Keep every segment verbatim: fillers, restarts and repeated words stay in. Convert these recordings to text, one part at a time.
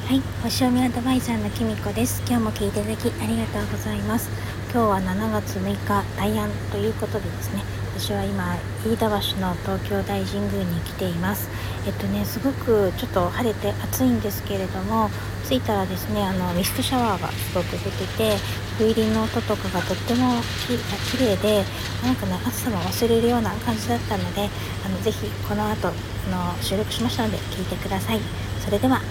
はい、星読みアドバイザーのきみこです。今日も聞いていただきありがとうございます。今日はしちがつむいか大安ということでですね、私は今飯田橋の東京大神宮に来ています。えっとねすごくちょっと晴れて暑いんですけれども、着いたらですねあのミストシャワーがすごく出てて、風鈴の音とかがとってもききれいで、なんかね暑さも忘れるような感じだったので、あのぜひこの後あの収録しましたので聞いてください。それでは。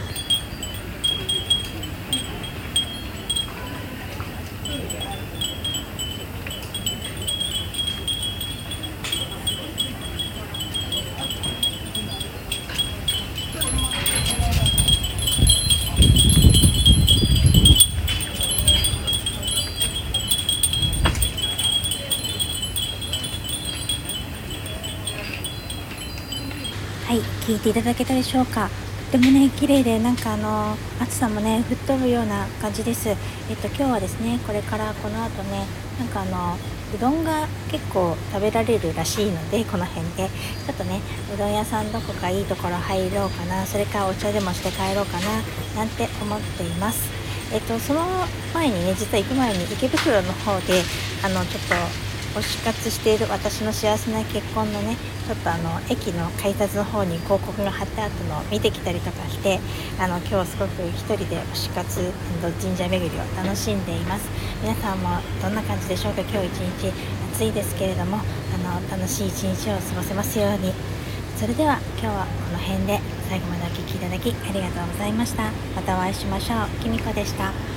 はい、聞いていただけたでしょうか。とってもね綺麗で、なんかあの暑さもね吹っ飛ぶような感じです。えっと今日はですねこれからこの後ね、なんかあのうどんが結構食べられるらしいので、この辺でちょっとねうどん屋さんどこかいいところ入ろうかな、それからお茶でもして帰ろうかななんて思っています。えっとその前にね、実は行く前に池袋の方であのちょっと推し活している私の幸せな結婚のね、ちょっとあの駅の改札の方に広告が貼ってあったのを見てきたりとかして、あの今日すごく一人で推し活神社巡りを楽しんでいます。皆さんもどんな感じでしょうか。今日一日暑いですけれども、あの楽しい一日を過ごせますように。それでは今日はこの辺で、最後までお聞きいただきありがとうございました。またお会いしましょう。きみこでした。